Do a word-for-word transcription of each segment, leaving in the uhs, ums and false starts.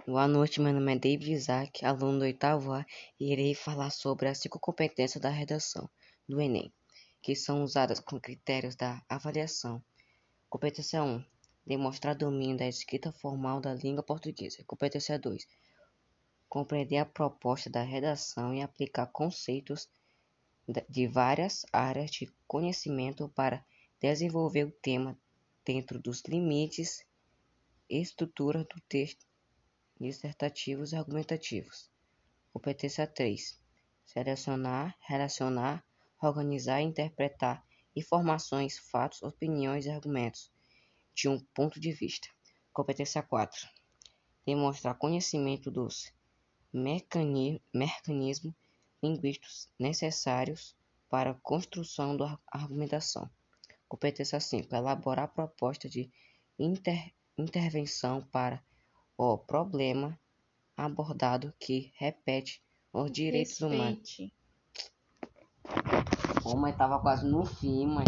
Boa noite, meu nome é David Isaac, aluno do oitavo A, e irei falar sobre as cinco competências da redação do Enem, que são usadas como critérios da avaliação. Competência um. Demonstrar domínio da escrita formal da língua portuguesa. Competência dois. Compreender a proposta da redação e aplicar conceitos de várias áreas de conhecimento para desenvolver o tema dentro dos limites e estrutura do texto dissertativos e argumentativos. Competência três. Selecionar, relacionar, organizar e interpretar informações, fatos, opiniões e argumentos de um ponto de vista. Competência quatro. Demonstrar conhecimento dos mecani mecanismos linguísticos necessários para a construção da argumentação. Competência cinco. Elaborar proposta de inter intervenção para o problema abordado que repete os direitos humanos. Respeite. Ô, mãe, tava quase no fim, mãe.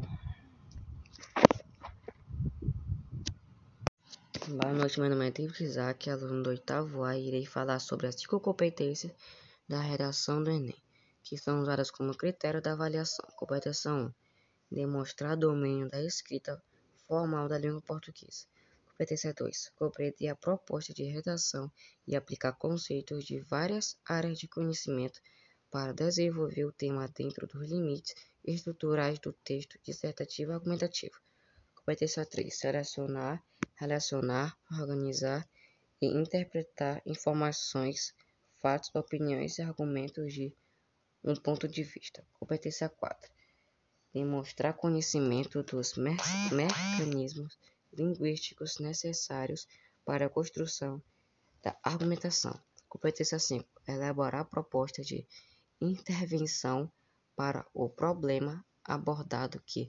Boa noite, meu nome é David Isaac, aluno do oitavo A, e irei falar sobre as cinco competências da redação do Enem, que são usadas como critério da avaliação. Competência um. Demonstrar domínio da escrita formal da língua portuguesa. Competência dois. Compreender a proposta de redação e aplicar conceitos de várias áreas de conhecimento para desenvolver o tema dentro dos limites estruturais do texto dissertativo e argumentativo. Competência três. Selecionar, relacionar, organizar e interpretar informações, fatos, opiniões e argumentos de um ponto de vista. Competência quatro. Demonstrar conhecimento dos me mecanismos linguísticos necessários para a construção da argumentação. Competência cinco. Elaborar proposta de intervenção para o problema abordado que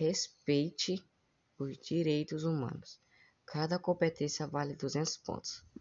respeite os direitos humanos. Cada competência vale duzentos pontos.